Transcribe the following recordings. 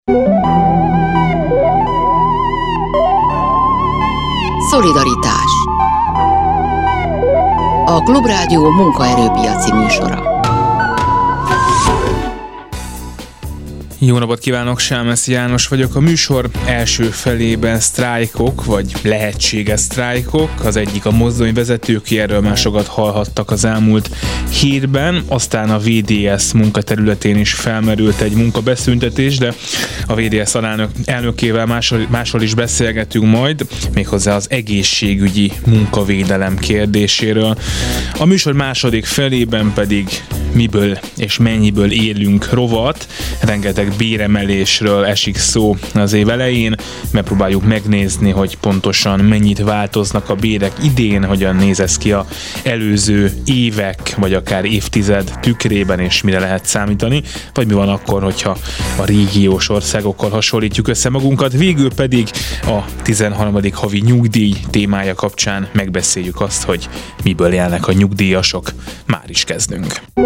Szolidaritás. A Klubrádió munkaerőpiaci műsora. Jó napot kívánok, Sámeszi János vagyok. A műsor első felében sztrájkok, vagy lehetséges sztrájkok. Az egyik a mozdonyvezetők, erről már sokat hallhattak az elmúlt hétben. Aztán a VDS munkaterületén is felmerült egy munkabeszüntetés, de a VDS elnökével máshol is beszélgetünk majd, méghozzá az egészségügyi munkavédelem kérdéséről. A műsor második felében pedig miből és mennyiből élünk rovat. Rengeteg béremelésről esik szó az év elején. Megpróbáljuk megnézni, hogy pontosan mennyit változnak a bérek idén, hogyan néz ez ki az előző évek, vagy akár évtized tükrében, és mire lehet számítani, vagy mi van akkor, hogyha a régiós országokkal hasonlítjuk össze magunkat. Végül pedig a 13. havi nyugdíj témája kapcsán megbeszéljük azt, hogy miből élnek a nyugdíjasok. Már is kezdünk.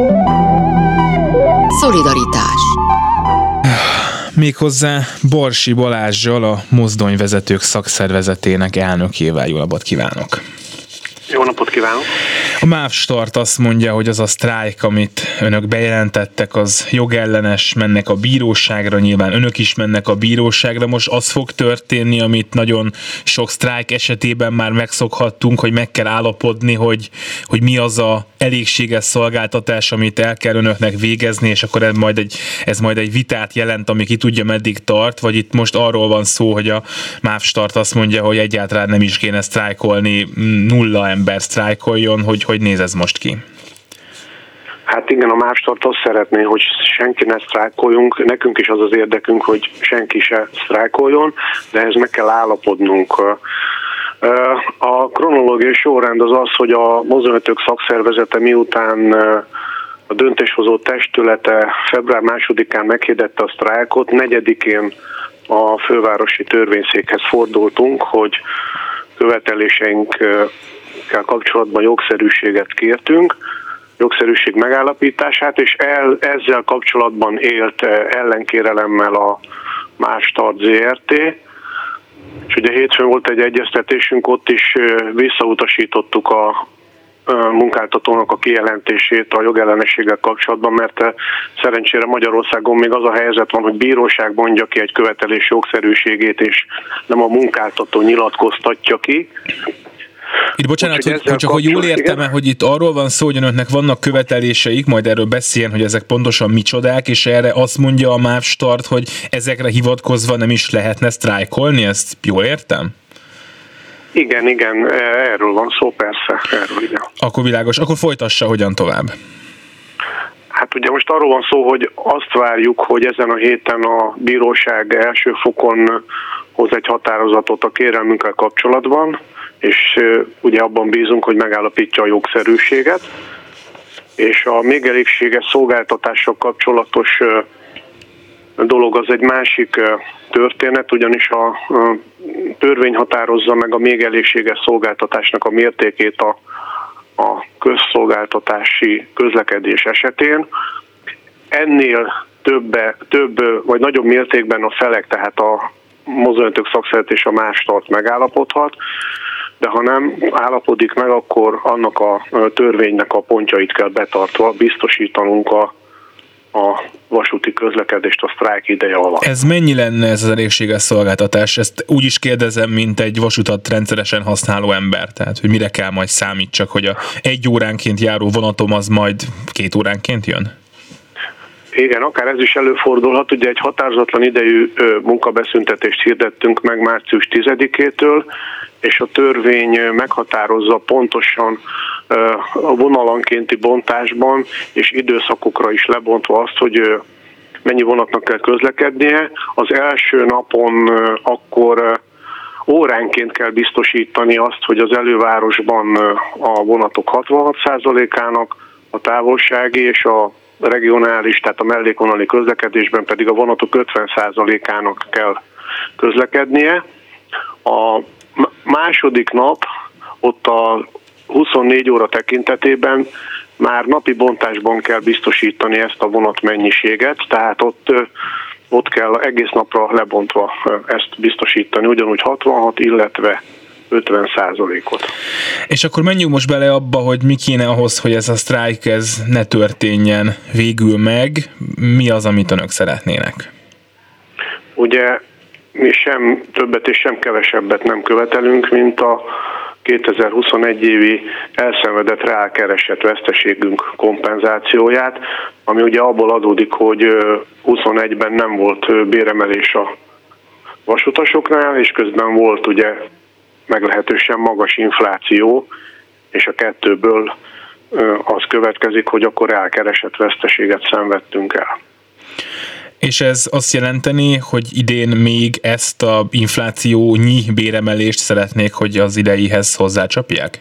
Szolidaritás. Méghozzá Barsi Balázssal, a mozdonyvezetők szakszervezetének elnökével. Jó napot kívánok! Jó napot kívánok! A MÁV Start azt mondja, hogy az a sztrájk, amit önök bejelentettek, az jogellenes, mennek a bíróságra, nyilván önök is mennek a bíróságra. Most az fog történni, amit nagyon sok sztrájk esetében már megszokhattunk, hogy meg kell állapodni, hogy mi az a elégséges szolgáltatás, amit el kell önöknek végezni, és akkor ez majd egy vitát jelent, ami ki tudja meddig tart, vagy itt most arról van szó, hogy a MÁV Start azt mondja, hogy egyáltalán nem is kéne sztrájkolni, 0 ember sztrájkoljon, hogy néz ez most ki? Hát igen, a MÁV Start azt szeretné, hogy senki ne sztrájkoljunk, nekünk is az az érdekünk, hogy senki se sztrájkoljon, de ehhez meg kell állapodnunk. A kronológiai sorrend az az, hogy a mozdonyvezetők szakszervezete miután a döntéshozó testülete február 2-án meghirdette a sztrájkot, 4-én a fővárosi törvényszékhez fordultunk, hogy követeléseinkkel kapcsolatban jogszerűséget kértünk, jogszerűség megállapítását, és ezzel kapcsolatban élt ellenkérelemmel a MÁV Start ZRT, és ugye hétfőn volt egy egyeztetésünk, ott is visszautasítottuk a munkáltatónak a kijelentését a jogellenességgel kapcsolatban, mert szerencsére Magyarországon még az a helyzet van, hogy bíróság mondja ki egy követelés jogszerűségét, és nem a munkáltató nyilatkoztatja ki. Itt bocsánat, hogy jól értem-e, hogy itt arról van szó, hogy önöknek vannak követeléseik, majd erről beszéljen, hogy ezek pontosan micsodák, és erre azt mondja a MÁV Start, hogy ezekre hivatkozva nem is lehetne sztrájkolni, ezt jól értem? Igen, erről van szó, persze, erről igen. Akkor világos, akkor folytassa, hogyan tovább? Hát ugye most arról van szó, hogy azt várjuk, hogy ezen a héten a bíróság első fokon hoz egy határozatot a kérelmünkkel kapcsolatban, és ugye abban bízunk, hogy megállapítja a jogszerűséget, és a még elégséges szolgáltatással kapcsolatos dolog az egy másik történet, ugyanis a törvény határozza meg a még elégséges szolgáltatásnak a mértékét a közszolgáltatási közlekedés esetén. Ennél több vagy nagyobb mértékben a felek, tehát a mozdonyvezetők szakszervezet és a MÁV Start megállapodhat, de ha nem állapodik meg, akkor annak a törvénynek a pontjait kell betartva biztosítanunk a vasúti közlekedést a sztrájk ideje alatt. Ez mennyi lenne ez az elégséges szolgáltatás? Ezt úgy is kérdezem, mint egy vasutat rendszeresen használó ember. Tehát, hogy mire kell majd számítsak, hogy a 1 óránként járó vonatom az majd 2 óránként jön? Igen, akár ez is előfordulhat. Ugye egy határozatlan idejű munkabeszüntetést hirdettünk meg március 10-től, és a törvény meghatározza pontosan a vonalankénti bontásban és időszakokra is lebontva azt, hogy mennyi vonatnak kell közlekednie. Az első napon akkor óránként kell biztosítani azt, hogy az elővárosban a vonatok 66%-ának a távolsági és a regionális, tehát a mellékvonali közlekedésben pedig a vonatok 50%-ának kell közlekednie. A második nap ott a 24 óra tekintetében már napi bontásban kell biztosítani ezt a vonatmennyiséget, tehát ott ott kell egész napra lebontva ezt biztosítani, ugyanúgy 66, illetve 50%-ot. És akkor menjünk most bele abba, hogy mi kéne ahhoz, hogy ez a sztrájk ne történjen végül meg. Mi az, amit önök szeretnének? Ugye mi sem többet és sem kevesebbet nem követelünk, mint a 2021 évi elszenvedett reálkeresett veszteségünk kompenzációját, ami ugye abból adódik, hogy 21-ben nem volt béremelés a vasutasoknál, és közben volt ugye meglehetősen magas infláció, és a kettőből az következik, hogy akkor reálkeresett veszteséget szenvedtünk el. És ez azt jelenteni, hogy idén még ezt a inflációnyi béremelést szeretnék, hogy az ideihez hozzácsapják?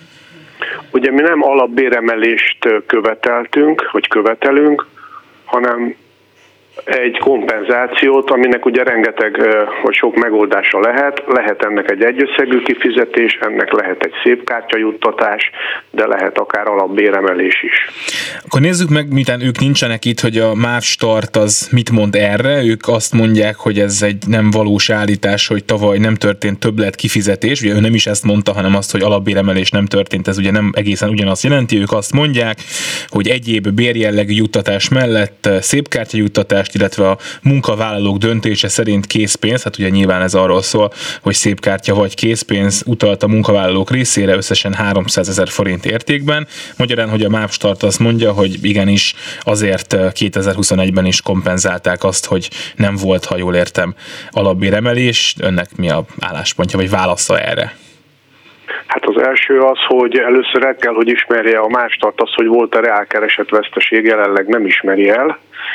Ugye mi nem alapbéremelést követeltünk, vagy követelünk, hanem egy kompenzációt, aminek ugye rengeteg vagy sok megoldása lehet ennek egy egyösszegű kifizetés, ennek lehet egy szép kártyajuttatás, de lehet akár alapbéremelés is. Akkor nézzük meg, miután ők nincsenek itt, hogy a MÁV Start az mit mond erre. Ők azt mondják, hogy ez egy nem valós állítás, hogy tavaly nem történt többlet kifizetés. Ugye ő nem is ezt mondta, hanem azt, hogy alapbéremelés nem történt. Ez ugye nem egészen ugyanazt jelenti. Ők azt mondják, hogy egyéb bérjellegű juttatás mellett szép kártyajuttatás, illetve a munkavállalók döntése szerint készpénz, hát ugye nyilván ez arról szól, hogy szép kártya vagy készpénz utalt a munkavállalók részére összesen 300 000 forint értékben. Magyarán, hogy a MÁV Start azt mondja, hogy igenis azért 2021-ben is kompenzálták azt, hogy nem volt, ha jól értem, alapbéremelés. Önnek mi a álláspontja, vagy válasza erre? Hát az első az, hogy először el kell, hogy ismerje a MÁV Start azt, hogy volt a reálkeresett veszteség, jelenleg nem ismeri el,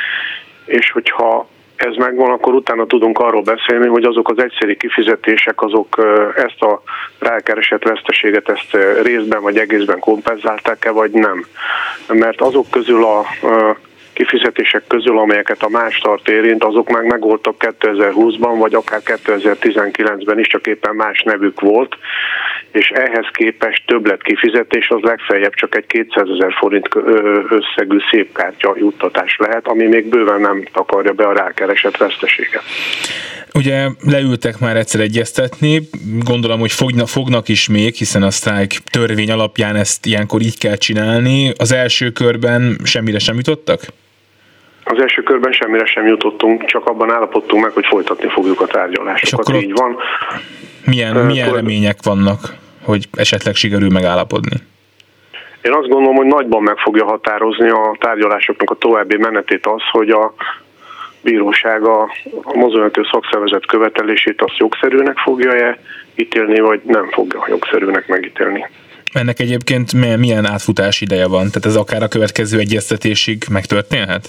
és hogyha ez megvan, akkor utána tudunk arról beszélni, hogy azok az egyszeri kifizetések, azok ezt a rákeresett veszteséget ezt részben vagy egészben kompenzálták-e, vagy nem. Mert azok közül a kifizetések közül, amelyeket a MÁV Start érint, azok meg megvoltak 2020-ban, vagy akár 2019-ben is, csak éppen más nevük volt, és ehhez képest többlet kifizetés az legfeljebb csak egy 200 000 forint összegű szépkártya juttatás lehet, ami még bőven nem takarja be a rákeresett veszteséget. Ugye leültek már egyszer egyeztetni, gondolom, hogy fognak is még, hiszen a sztrájk törvény alapján ezt ilyenkor így kell csinálni. Az első körben semmire sem jutottak? Az első körben semmire sem jutottunk, csak abban állapodtunk meg, hogy folytatni fogjuk a tárgyalásokat. Így van. Milyen remények vannak, hogy esetleg sikerül megállapodni? Én azt gondolom, hogy nagyban meg fogja határozni a tárgyalásoknak a további menetét az, hogy a bíróság a mozdonyvezető szakszervezet követelését azt jogszerűnek fogja-e ítélni, vagy nem fogja jogszerűnek megítélni. Ennek egyébként milyen átfutási ideje van? Tehát ez akár a következő egyeztetésig megtörténhet?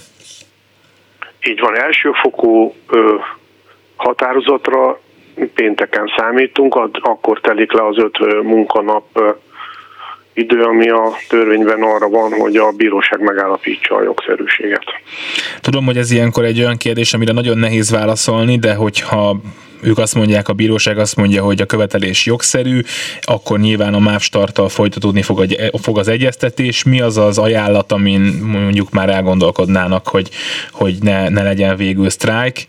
Így van, elsőfokú határozatra pénteken számítunk, akkor telik le az 5 munkanap idő, ami a törvényben arra van, hogy a bíróság megállapítsa a jogszerűséget. Tudom, hogy ez ilyenkor egy olyan kérdés, amire nagyon nehéz válaszolni, de hogyha ők azt mondják, a bíróság azt mondja, hogy a követelés jogszerű, akkor nyilván a MÁV Starttal folytatódni fog az egyeztetés. Mi az az ajánlat, amin mondjuk már elgondolkodnának, hogy ne legyen végül sztrájk?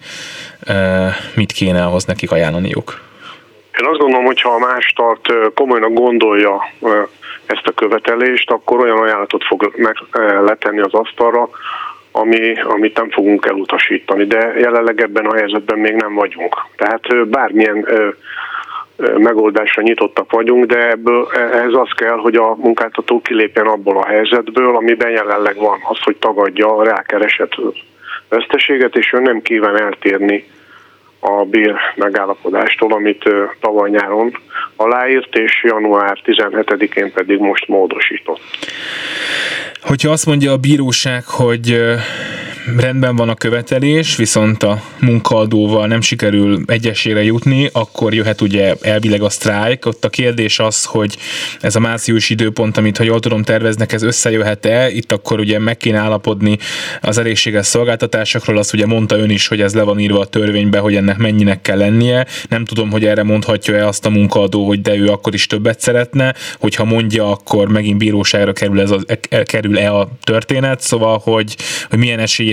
Mit kéne ahhoz nekik ajánlaniuk? Én azt gondolom, hogy ha a MÁV Start komolyan gondolja ezt a követelést, akkor olyan ajánlatot fog letenni az asztalra, amit nem fogunk elutasítani, de jelenleg ebben a helyzetben még nem vagyunk. Tehát bármilyen megoldásra nyitottak vagyunk, de ehhez az kell, hogy a munkáltató kilépjen abból a helyzetből, amiben jelenleg van az, hogy tagadja a rákeresett veszteséget, és ő nem kíván eltérni a bér megállapodástól, amit tavaly nyáron aláírt, és január 17-én pedig most módosított. Hogyha azt mondja a bíróság, hogy rendben van a követelés, viszont a munkaadóval nem sikerül egyességre jutni, akkor jöhet ugye elvileg a sztrájk. Ott a kérdés az, hogy ez a március időpont, amit, ha jól tudom, terveznek, ez összejöhet-e? Itt akkor ugye meg kéne állapodni az elégséges szolgáltatásokról. Azt ugye mondta ön is, hogy ez le van írva a törvénybe, hogy ennek mennyinek kell lennie. Nem tudom, hogy erre mondhatja-e azt a munkaadó, hogy de ő akkor is többet szeretne. Hogyha mondja, akkor megint bíróságra kerül-e a történet. Szóval, hogy milyen esélyét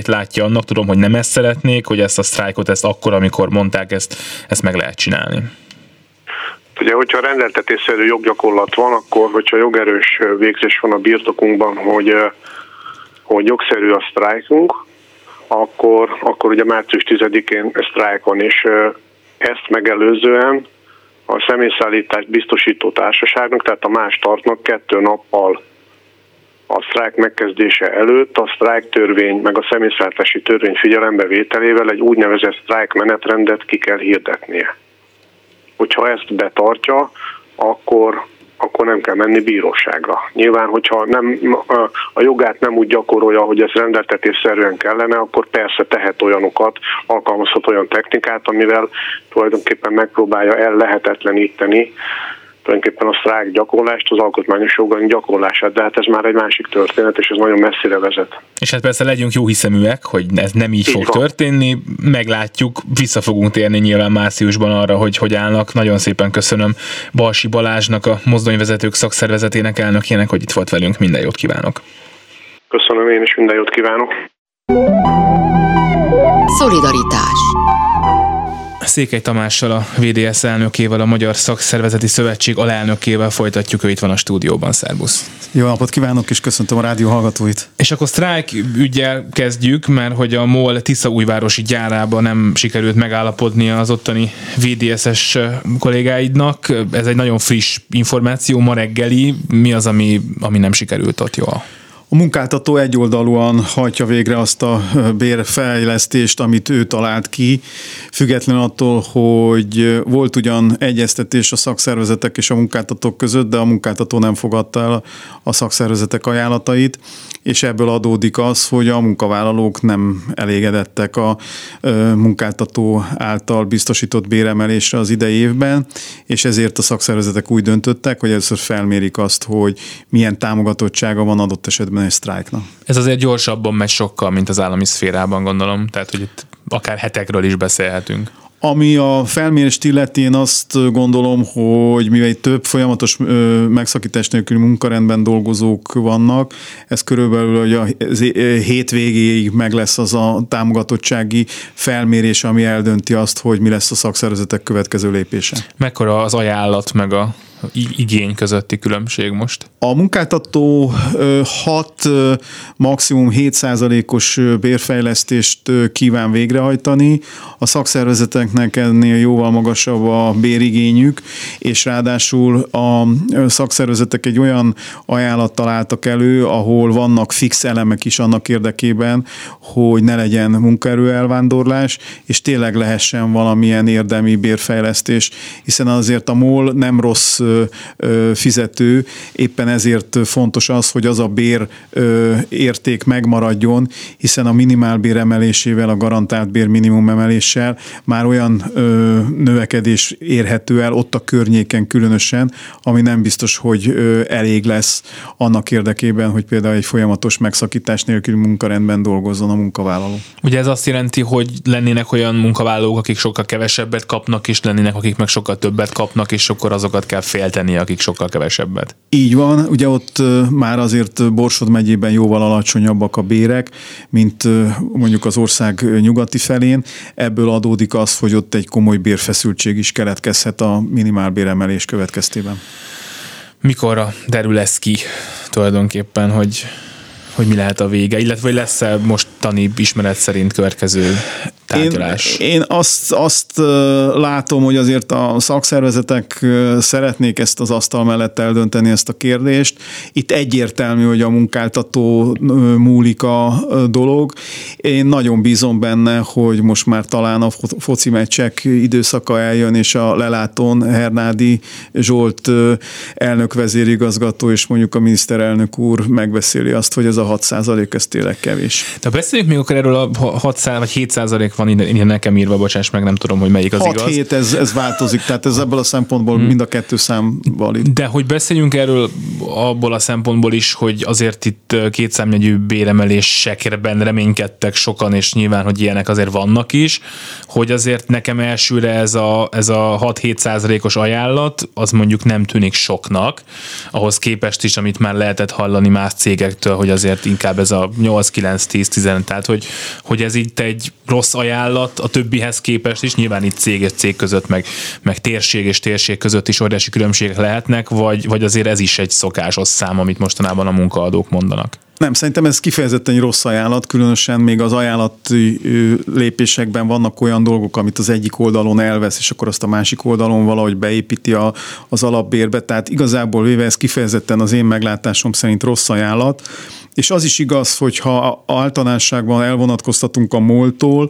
esélyt látja annak, tudom, hogy nem ezt szeretnék, hogy ezt a sztrájkot, ezt akkor, amikor mondták, ezt meg lehet csinálni. Ugye, hogyha rendeltetésszerű joggyakorlat van, akkor, hogyha jogerős végzés van a birtokunkban, hogy jogszerű a sztrájkunk, akkor ugye március 10-én sztrájk van, és ezt megelőzően a személyszállítást biztosító társaságnak, tehát a más tartnak 2 nappal a sztrájk megkezdése előtt a sztrájktörvény meg a személyszállítási törvény figyelembevételével egy úgynevezett sztrájk menetrendet ki kell hirdetnie. Hogyha ezt betartja, akkor nem kell menni bíróságra. Nyilván, hogyha a jogát nem úgy gyakorolja, hogy ez rendeltetésszerűen kellene, akkor persze tehet olyanokat, alkalmazhat olyan technikát, amivel tulajdonképpen megpróbálja ellehetetleníteni tulajdonképpen a sztrájk gyakorlást, az alkotmányos jogaink gyakorlását, de hát ez már egy másik történet, és ez nagyon messzire vezet. És hát persze legyünk jó hiszeműek, hogy ez nem így fog történni, meglátjuk, vissza fogunk térni nyilván márciusban arra, hogy állnak. Nagyon szépen köszönöm Balsi Balázsnak, a Mozdonyvezetők Szakszervezetének elnökének, hogy itt volt velünk, minden jót kívánok. Köszönöm, én is minden jót kívánok. Szolidaritás. Székely Tamással, a VDS elnökével, a Magyar Szakszervezeti Szövetség alelnökével folytatjuk, ő itt van a stúdióban. Szerbusz! Jó napot kívánok, és köszöntöm a rádió hallgatóit! És akkor sztrájk üggyel kezdjük, mert hogy a MOL Tiszaújvárosi gyárában nem sikerült megállapodnia az ottani VDS-es kollégáidnak. Ez egy nagyon friss információ, ma reggeli. Mi az, ami nem sikerült ott jól? A munkáltató egyoldalúan hajtja végre azt a bérfejlesztést, amit ő talált ki, független attól, hogy volt ugyan egyeztetés a szakszervezetek és a munkáltatók között, de a munkáltató nem fogadta el a szakszervezetek ajánlatait, és ebből adódik az, hogy a munkavállalók nem elégedettek a munkáltató által biztosított béremelésre az idei évben, és ezért a szakszervezetek úgy döntöttek, hogy először felmérik azt, hogy milyen támogatottsága van adott esetben egy sztrájknak. Ez azért gyorsabban megy sokkal, mint az állami szférában, gondolom, tehát hogy itt akár hetekről is beszélhetünk. Ami a felmérést illeti, én azt gondolom, hogy mivel itt több folyamatos megszakítás nélküli munkarendben dolgozók vannak, ez körülbelül hogy a hét végéig meg lesz az a támogatottsági felmérés, ami eldönti azt, hogy mi lesz a szakszervezetek következő lépése. Mekkora az ajánlat meg a igény közötti különbség most? A munkáltató 6, maximum 7%-os bérfejlesztést kíván végrehajtani, a szakszervezeteknek ennél jóval magasabb a bérigényük, és ráadásul a szakszervezetek egy olyan ajánlattal álltak elő, ahol vannak fix elemek is annak érdekében, hogy ne legyen munkaerő elvándorlás, és tényleg lehessen valamilyen érdemi bérfejlesztés, hiszen azért a MOL nem rossz fizető, éppen ezért fontos az, hogy az a bér érték megmaradjon, hiszen a minimálbér emelésével, a garantált bér minimum emeléssel már olyan növekedés érhető el, ott a környéken különösen, ami nem biztos, hogy elég lesz annak érdekében, hogy például egy folyamatos megszakítás nélküli munkarendben dolgozzon a munkavállaló. Ugye ez azt jelenti, hogy lennének olyan munkavállalók, akik sokkal kevesebbet kapnak, és lennének, akik meg sokkal többet kapnak, és akkor azokat kell félteni, akik sokkal kevesebbet. Így van, ugye ott már azért Borsod megyében jóval alacsonyabbak a bérek, mint mondjuk az ország nyugati felén. Ebből adódik az, hogy ott egy komoly bérfeszültség is keletkezhet a minimálbéremelés következtében. Mikorra derül ez ki tulajdonképpen, hogy mi lehet a vége, illetve hogy lesz-e mostani ismeret szerint következő tárgyalás? Én azt látom, hogy azért a szakszervezetek szeretnék ezt az asztal mellett eldönteni ezt a kérdést. Itt egyértelmű, hogy a munkáltató múlik a dolog. Én nagyon bízom benne, hogy most már talán a foci meccsek időszaka eljön, és a lelátón Hernádi Zsolt elnök vezérigazgató és mondjuk a miniszterelnök úr megbeszéli azt, hogy ez a 6% ez tényleg kevés. De beszéljünk még akkor erről a 6% vagy 7% van innen nekem írva, bocsáss meg, nem tudom, hogy melyik az 6 igaz. 7 ez változik, tehát ez ebből a szempontból mind a kettő szám valid. De hogy beszéljünk erről abból a szempontból is, hogy azért itt kétszámjegyű béremelésekben reménykedtek sokan, és nyilván, hogy ilyenek azért vannak is, hogy azért nekem elsőre ez a 6-7%-os ajánlat, az mondjuk nem tűnik soknak, ahhoz képest is, amit már lehetett hallani más cégektől, hogy azért inkább ez a 8-9-10-15, tehát hogy ez itt egy rossz ajánlat a többihez képest is, nyilván itt cég és cég között, meg térség és térség között is óriási különbségek lehetnek, vagy azért ez is egy szokásos szám, amit mostanában a munkaadók mondanak? Nem, szerintem ez kifejezetten egy rossz ajánlat, különösen még az ajánlati lépésekben vannak olyan dolgok, amit az egyik oldalon elvesz, és akkor azt a másik oldalon valahogy beépíti az alapbérbe, tehát igazából véve ez kifejezetten az én meglátásom szerint rossz ajánlat, és az is igaz, hogyha általánosságban elvonatkoztatunk a MOL-tól,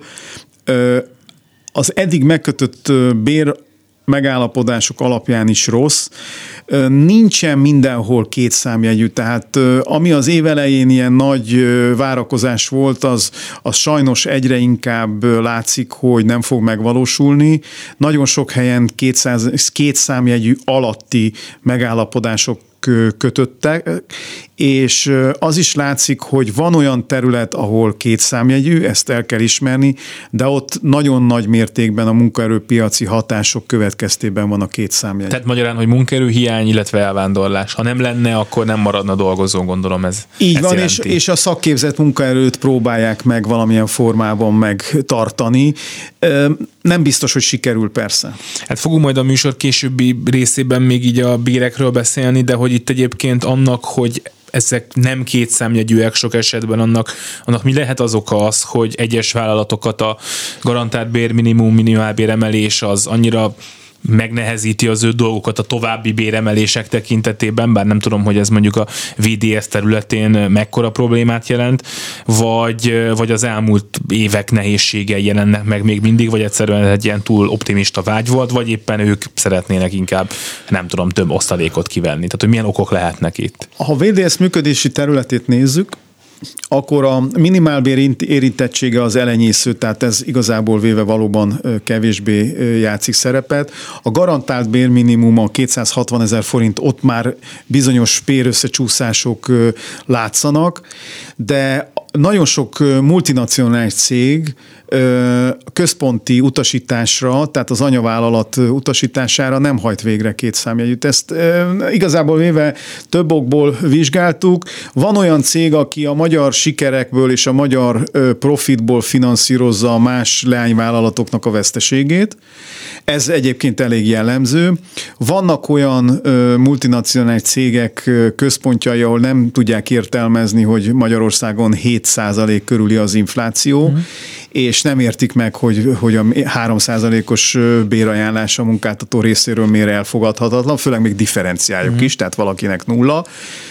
az eddig megkötött bér megállapodások alapján is rossz. Nincsen mindenhol kétszámjegyű, tehát ami az év elején ilyen nagy várakozás volt, az sajnos egyre inkább látszik, hogy nem fog megvalósulni. Nagyon sok helyen kétszámjegyű alatti megállapodások kötöttek, és az is látszik, hogy van olyan terület, ahol kétszámjegyű, ezt el kell ismerni, de ott nagyon nagy mértékben a munkaerőpiaci hatások következtében van a kétszámjegyű. Tehát magyarán, hogy munkaerőhiány, illetve elvándorlás. Ha nem lenne, akkor nem maradna dolgozó, gondolom ez. Így van, és a szakképzett munkaerőt próbálják meg valamilyen formában megtartani. Nem biztos, hogy sikerül persze. Hát fogunk majd a műsor későbbi részében még így a bérekről beszélni, de hogy itt egyébként annak, hogy ezek nem kétszámjegyűek sok esetben, annak mi lehet az oka az, hogy egyes vállalatokat a garantált bérminimum, minimálbéremelés az annyira megnehezíti az ő dolgokat a további béremelések tekintetében, bár nem tudom, hogy ez mondjuk a VDS területén mekkora problémát jelent, vagy az elmúlt évek nehézségei jelennek meg még mindig, vagy egyszerűen egy ilyen túl optimista vágy volt, vagy éppen ők szeretnének inkább, nem tudom, több osztalékot kivenni. Tehát, hogy milyen okok lehetnek itt? Ha VDS működési területét nézzük, akkor a minimálbér érintettsége az elenyésző, tehát ez igazából véve valóban kevésbé játszik szerepet. A garantált bérminimum a 260 000 forint, ott már bizonyos bérösszecsúszások látszanak, de nagyon sok multinacionális cég központi utasításra, tehát az anyavállalat utasítására nem hajt végre kétszámjegyűt. Ezt igazából véve több okból vizsgáltuk. Van olyan cég, aki a magyar sikerekből és a magyar profitból finanszírozza a más leányvállalatoknak a veszteségét. Ez egyébként elég jellemző. Vannak olyan multinacionális cégek központjai, ahol nem tudják értelmezni, hogy Magyarországon 7% körüli az infláció, és nem értik meg, hogy a 3%-os bérajánlás a munkáltató részéről miért elfogadhatatlan, főleg még differenciáljuk is, tehát valakinek 0.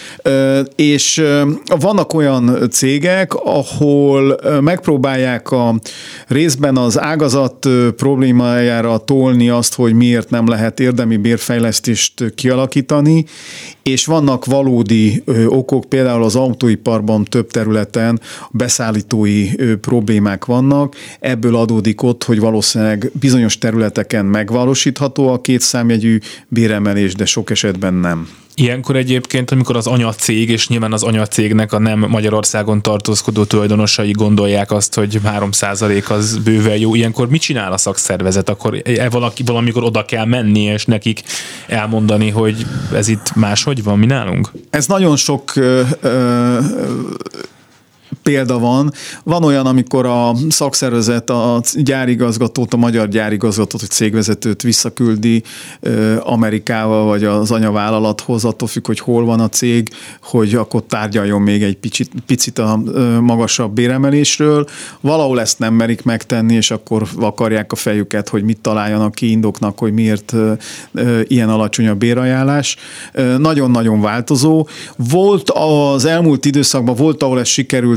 És vannak olyan cégek, ahol megpróbálják a részben az ágazat problémájára tolni azt, hogy miért nem lehet érdemi bérfejlesztést kialakítani, és vannak valódi okok, például az autóiparban több területen beszállítói problémák vannak, ebből adódik ott, hogy valószínűleg bizonyos területeken megvalósítható a kétszámjegyű béremelés, de sok esetben nem. Ilyenkor egyébként, amikor az anyacég, és nyilván az anyacégnek a nem Magyarországon tartózkodó tulajdonosai gondolják azt, hogy 3% az bőven jó, ilyenkor mit csinál a szakszervezet? Akkor valamikor oda kell menni, és nekik elmondani, hogy ez itt máshogy van, mi nálunk? Ez nagyon sok példa van. Van olyan, amikor a szakszervezet a gyárigazgatót, a magyar gyárigazgatót, vagy cégvezetőt visszaküldi Amerikába, vagy az anyavállalathoz, attól függ, hogy hol van a cég, hogy akkor tárgyaljon még egy picit a magasabb béremelésről. Valahol ezt nem merik megtenni, és akkor vakarják a fejüket, hogy mit találjanak ki indoknak, hogy miért ilyen alacsony a bérajánlás. Nagyon-nagyon változó. Volt az elmúlt időszakban, ahol ez sikerült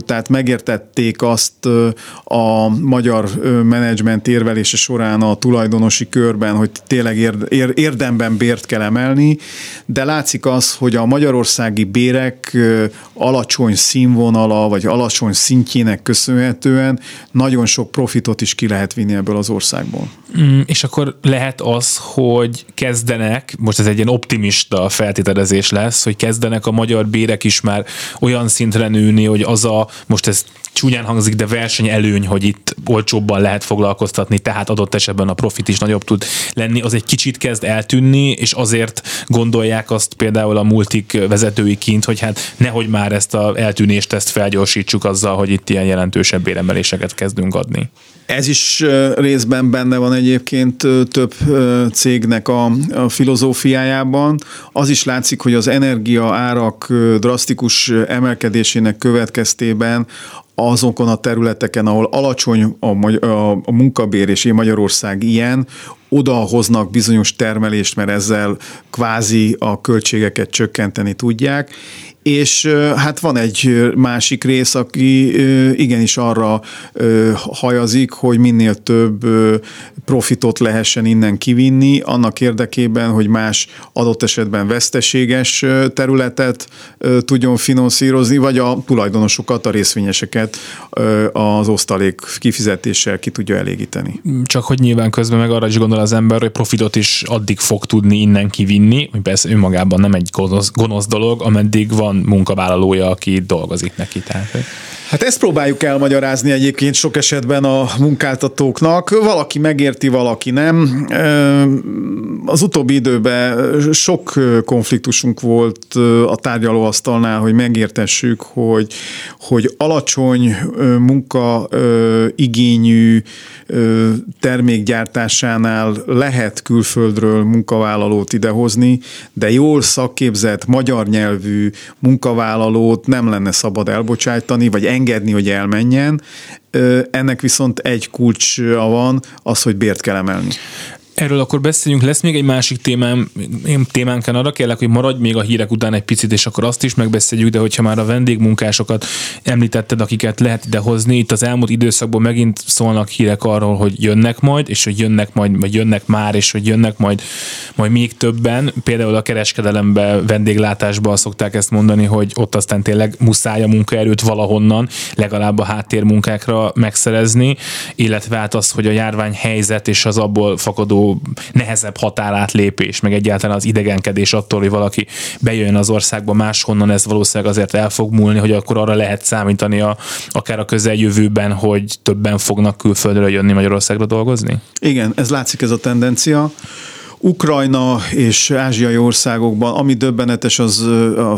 tehát megértették azt a magyar menedzsment érvelése során a tulajdonosi körben, hogy tényleg érdemben bért kell emelni, de látszik az, hogy a magyarországi bérek alacsony színvonala, vagy alacsony szintjének köszönhetően nagyon sok profitot is ki lehet vinni ebből az országból. És akkor lehet az, hogy kezdenek, most ez egy ilyen optimista feltételezés lesz, hogy kezdenek a magyar bérek is már olyan szintre nőni, hogy az most ez csúnyán hangzik, de versenyelőny, hogy itt olcsóbban lehet foglalkoztatni, tehát adott esetben a profit is nagyobb tud lenni, az egy kicsit kezd eltűnni, és azért gondolják azt például a multik vezetői kint, hogy hát nehogy már ezt az eltűnést ezt felgyorsítsuk azzal, hogy itt ilyen jelentősebb béremeléseket kezdünk adni. Ez is részben benne van egyébként több cégnek a filozófiájában. Az is látszik, hogy az energia árak drasztikus emelkedésének következtében azokon a területeken, ahol alacsony a munkabér, és Magyarország ilyen, oda hoznak bizonyos termelést, mert ezzel kvázi a költségeket csökkenteni tudják, és hát van egy másik rész, aki igenis arra hajazik, hogy minél több profitot lehessen innen kivinni, annak érdekében, hogy más adott esetben veszteséges területet tudjon finanszírozni, vagy a tulajdonosokat, a részvényeseket az osztalék kifizetéssel ki tudja elégíteni. Csak hogy nyilván közben meg arra is gondol az ember, hogy profitot is addig fog tudni innen kivinni, hogy persze önmagában nem egy gonosz dolog, ameddig van munkavállalója, aki dolgozik neki. Tehát. Hát ezt próbáljuk elmagyarázni egyébként sok esetben a munkáltatóknak. Valaki megérti, valaki nem. Az utóbbi időben sok konfliktusunk volt a tárgyalóasztalnál, hogy megértessük, hogy alacsony munkaigényű termékgyártásánál lehet külföldről munkavállalót idehozni, de jól szakképzett, magyar nyelvű munkavállalót nem lenne szabad elbocsájtani, vagy engedni, hogy elmenjen. Ennek viszont egy kulcsa van, az, hogy bért kell emelni. Erről akkor beszéljünk, lesz még egy másik témánk, arra kérlek, hogy maradj még a hírek után egy picit, és akkor azt is megbeszéljük, de hogyha már a vendégmunkásokat említetted, akiket lehet idehozni, itt az elmúlt időszakban megint szólnak hírek arról, hogy jönnek majd, és hogy jönnek majd, vagy jönnek már, és hogy jönnek majd még többen. Például a kereskedelemben, vendéglátásban szokták ezt mondani, hogy ott aztán tényleg muszáj a munkaerőt valahonnan, legalább a háttérmunkákra megszerezni, illetve hát az, hogy a járványhelyzet és az abból fakadó nehezebb határátlépés, meg egyáltalán az idegenkedés attól, hogy valaki bejön az országba máshonnan, ez valószínűleg azért el fog múlni, hogy akkor arra lehet számítani akár a közeljövőben, hogy többen fognak külföldről jönni Magyarországra dolgozni? Igen, ez látszik, ez a tendencia. Ukrajna és ázsiai országokban, ami döbbenetes, az a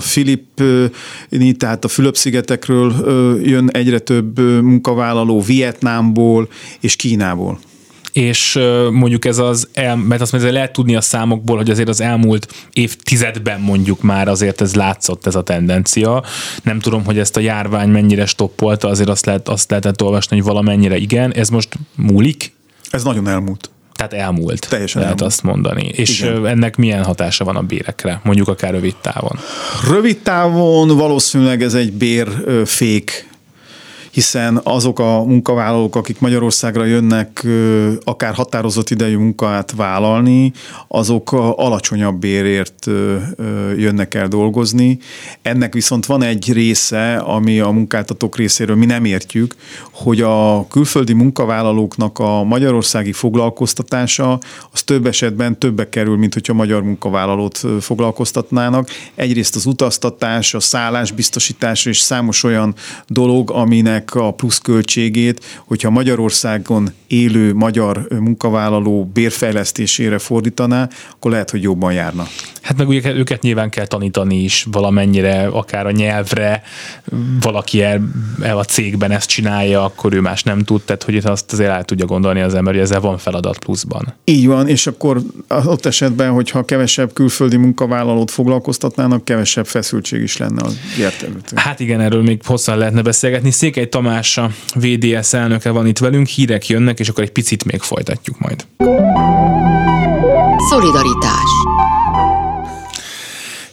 tehát a Fülöp-szigetekről jön egyre több munkavállaló, Vietnámból és Kínából. És mondjuk mert azt mondja, lehet tudni a számokból, hogy azért az elmúlt évtizedben mondjuk már azért ez látszott, ez a tendencia. Nem tudom, hogy ezt a járvány mennyire stoppolta, azért azt lehetett olvasni, hogy valamennyire igen. Ez most múlik? Ez nagyon elmúlt. Tehát elmúlt. Teljesen lehet elmúlt. Azt mondani. És igen. Ennek milyen hatása van a bérekre? Mondjuk akár rövid távon. Rövid távon valószínűleg ez egy bérfék, hiszen azok a munkavállalók, akik Magyarországra jönnek akár határozott idejű munkát vállalni, azok alacsonyabb bérért jönnek el dolgozni. Ennek viszont van egy része, ami a munkáltatók részéről mi nem értjük, hogy a külföldi munkavállalóknak a magyarországi foglalkoztatása az több esetben többe kerül, mint hogyha magyar munkavállalót foglalkoztatnának. Egyrészt az utaztatás, a szállásbiztosítás és számos olyan dolog, aminek a pluszköltségét, hogyha Magyarországon élő magyar munkavállaló bérfejlesztésére fordítaná, akkor lehet, hogy jobban járna. Hát meg ugye őket nyilván kell tanítani is valamennyire, akár a nyelvre, valaki el a cégben ezt csinálja, akkor ő más nem tud, tehát hogy azt azért el tudja gondolni az ember, hogy ezzel van feladat pluszban. Így van, és akkor ott esetben, hogyha kevesebb külföldi munkavállalót foglalkoztatnának, kevesebb feszültség is lenne az értelműtől. Hát igen, erről még hosszan lehetne beszélgetni. Székely Tamás, a VDS elnöke van itt velünk, hírek jönnek, és akkor egy picit még folytatjuk majd. Szolidaritás.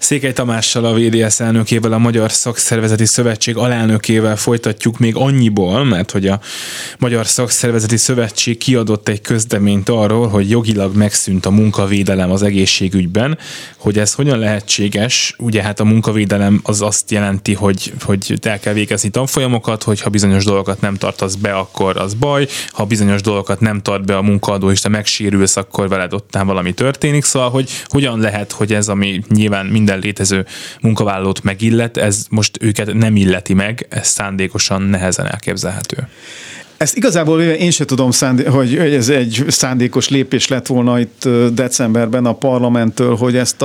Székely Tamással, a VDS elnökével, a Magyar Szakszervezeti Szövetség alelnökével folytatjuk még annyiból, mert hogy a Magyar Szakszervezeti Szövetség kiadott egy közleményt arról, hogy jogilag megszűnt a munkavédelem az egészségügyben, hogy ez hogyan lehetséges. Ugye hát a munkavédelem az azt jelenti, hogy el kell végezni tanfolyamokat, hogy ha bizonyos dolgokat nem tartasz be, akkor az baj, ha bizonyos dolgokat nem tart be a munkaadó, és te megsérülsz, akkor veled ottán valami történik. Szóval, hogy hogyan lehet, hogy ez, ami nyilván minden létező munkavállalót megillet, ez most őket nem illeti meg, ez szándékosan nehezen elképzelhető. Ezt igazából én sem tudom, hogy ez egy szándékos lépés lett volna itt decemberben a parlamenttől, hogy ezt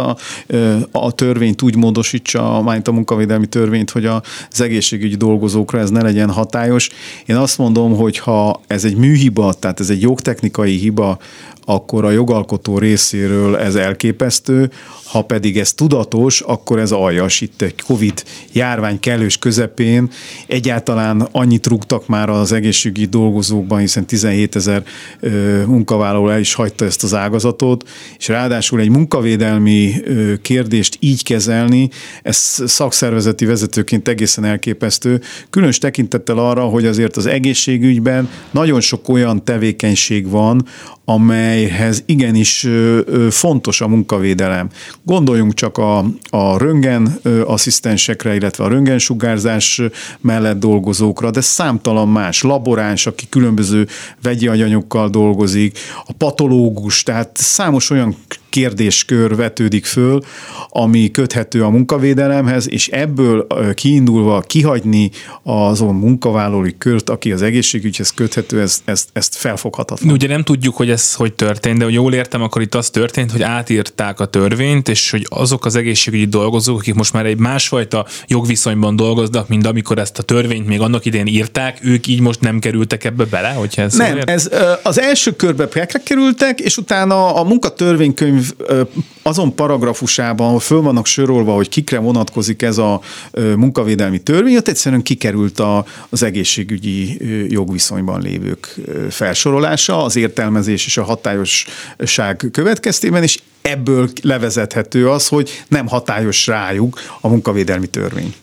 a törvényt úgy módosítsa, mint a munkavédelmi törvényt, hogy az egészségügyi dolgozókra ez ne legyen hatályos. Én azt mondom, hogy ha ez egy műhiba, tehát ez egy jogtechnikai hiba, akkor a jogalkotó részéről ez elképesztő, ha pedig ez tudatos, akkor ez aljas. Itt egy Covid járvány kellős közepén egyáltalán annyit rúgtak már az egészségügyi dolgozókban, hiszen 17 000 munkavállaló el is hagyta ezt az ágazatot, és ráadásul egy munkavédelmi kérdést így kezelni, ez szakszervezeti vezetőként egészen elképesztő, különös tekintettel arra, hogy azért az egészségügyben nagyon sok olyan tevékenység van, amelyhez igenis fontos a munkavédelem. Gondoljunk csak a röntgen asszisztensekre, illetve a röntgensugárzás mellett dolgozókra, de számtalan más, laboráns, aki különböző vegyi anyagokkal dolgozik, a patológus, tehát számos olyan kérdéskör vetődik föl, ami köthető a munkavédelemhez, és ebből kiindulva kihagyni azon munkavállalói kört, aki az egészségügyhez köthető, ezt felfoghatatlan. Ugye nem tudjuk, hogy ez hogy történt, de hogy jól értem, akkor itt az történt, hogy átírták a törvényt, és hogy azok az egészségügyi dolgozók, akik most már egy másfajta jogviszonyban dolgoznak, mint amikor ezt a törvényt még annak idején írták, ők így most nem kerültek ebbe bele? Hogyha ez nem, ez az első körbe kerültek, és utána a munkatörvénykönyv azon paragrafusában, ahol föl vannak sorolva, hogy kikre vonatkozik ez a munkavédelmi törvény, ott egyszerűen kikerült az egészségügyi jogviszonyban lévők felsorolása, az értelmezés és a hatályosság következtében, és ebből levezethető az, hogy nem hatályos rájuk a munkavédelmi törvény.